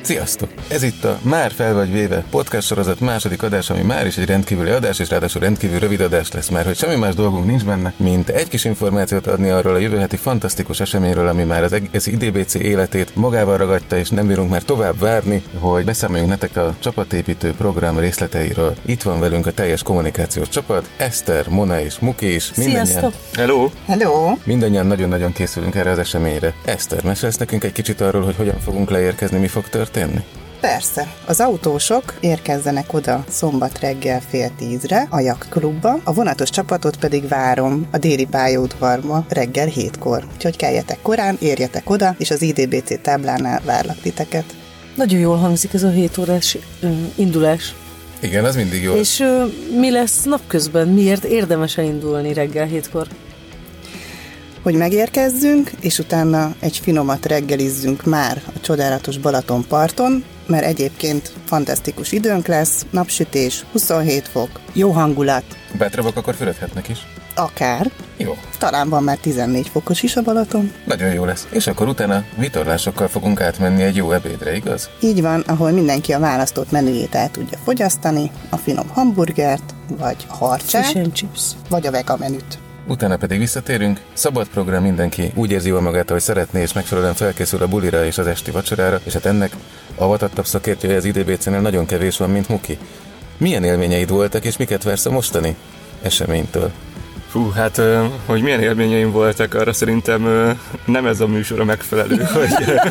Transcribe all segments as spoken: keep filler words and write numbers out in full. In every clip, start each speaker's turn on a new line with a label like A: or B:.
A: Sziasztok! Ez itt a Már fel vagy véve podcast sorozat második adás, ami már is egy rendkívüli adás, és ráadásul rendkívül rövid adás lesz, mert hogy semmi más dolgunk nincs benne, mint egy kis információt adni arról a jövő heti fantasztikus eseményről, ami már az egész i dé bé cé életét magával ragadta, és nem bírunk már tovább várni, hogy beszámoljunk nektek a csapatépítő program részleteiről. Itt van velünk a teljes kommunikációs csapat, Eszter, Mona és Muki is.
B: Sziasztok!
C: Hello!
B: Hello!
A: Mindannyian nagyon-nagyon készülünk erre az eseményre. Eszter, mesélsz nekünk egy kicsit arról, hogy hogyan fogunk leérkezni, mi fog történni?
B: Persze. Az autósok érkezzenek oda szombat reggel fél tízre a Yacht Klubba, a vonatos csapatot pedig várom a déli pályaudvarba reggel hétkor. Úgyhogy keljetek korán, érjetek oda, és az i dé bé cé táblánál várlak titeket.
D: Nagyon jól hangzik ez a hét órás ö, indulás.
A: Igen, az mindig jó.
D: És ö, mi lesz napközben? Miért érdemes elindulni reggel hétkor?
B: Hogy megérkezzünk, és utána egy finomat reggelizzünk már a csodálatos Balatonparton, mert egyébként fantasztikus időnk lesz, napsütés, huszonhét fok, jó hangulat.
A: Bátrabbak akkor fürödhetnek is.
B: Akár.
A: Jó.
B: Talán van már tizennégy fokos is a Balaton.
A: Nagyon jó lesz. És akkor utána vitorlásokkal fogunk átmenni egy jó ebédre, igaz?
B: Így van, ahol mindenki a választott menüjét el tudja fogyasztani, a finom hamburgert, vagy a harcsát,
D: Fish and chips.
B: vagy a vega menüt.
A: Utána pedig visszatérünk, szabad program, mindenki úgy érzi jól magát, ahogy szeretné, és megfelelően felkészül a bulira és az esti vacsorára, és hát ennek avatattabb szakértője az i dé bé cénél nagyon kevés van, mint Muki. Milyen élményeid voltak, és miket vársz a mostani eseménytől?
C: Fú, hát, hogy milyen élményeim voltak, arra szerintem nem ez a műsor a megfelelő, hogy...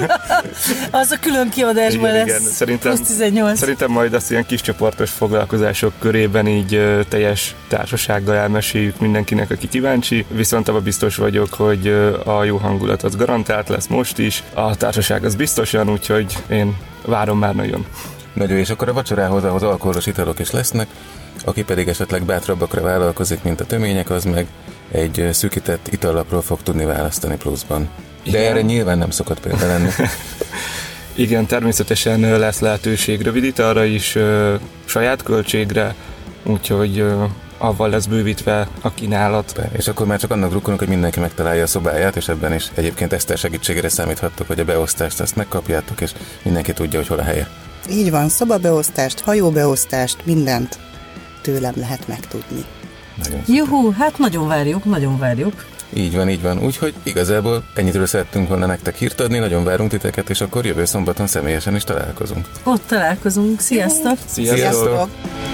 D: Az a külön kiadásban
C: igen,
D: lesz,
C: igen. Szerintem,
D: plusz tizennyolc.
C: Szerintem majd azt ilyen kis csoportos foglalkozások körében így teljes társasággal elmeséljük mindenkinek, aki kíváncsi, viszont abban biztos vagyok, hogy a jó hangulat az garantált lesz most is, a társaság az biztosan, úgyhogy én várom már nagyon.
A: Nagyon, és akkor a vacsorához, ahhoz alkoholos italok is lesznek, aki pedig esetleg bátrabbakra vállalkozik, mint a tömények, az meg egy szűkített itallapról fog tudni választani pluszban. De igen, erre nyilván nem szokott példa lenni.
C: Igen, természetesen lesz lehetőség rövid italra is, ö, saját költségre, úgyhogy ö, avval lesz bővítve a kínálat.
A: És akkor már csak annak drukkolunk, hogy mindenki megtalálja a szobáját, és ebben is egyébként Eszter segítségére számíthattok, hogy a beosztást azt megkapjátok, és mindenki tudja, hogy hol a helye.
B: Így van, szobabeosztást, hajóbeosztást, mindent tőlem lehet megtudni.
D: Juhú, hát nagyon várjuk, nagyon várjuk.
A: Így van, így van. Úgyhogy igazából ennyitről szerettünk volna nektek hírt adni, nagyon várunk titeket, és akkor jövő szombaton személyesen is találkozunk.
D: Ott találkozunk. Sziasztok!
C: Sziasztok!
B: Sziasztok!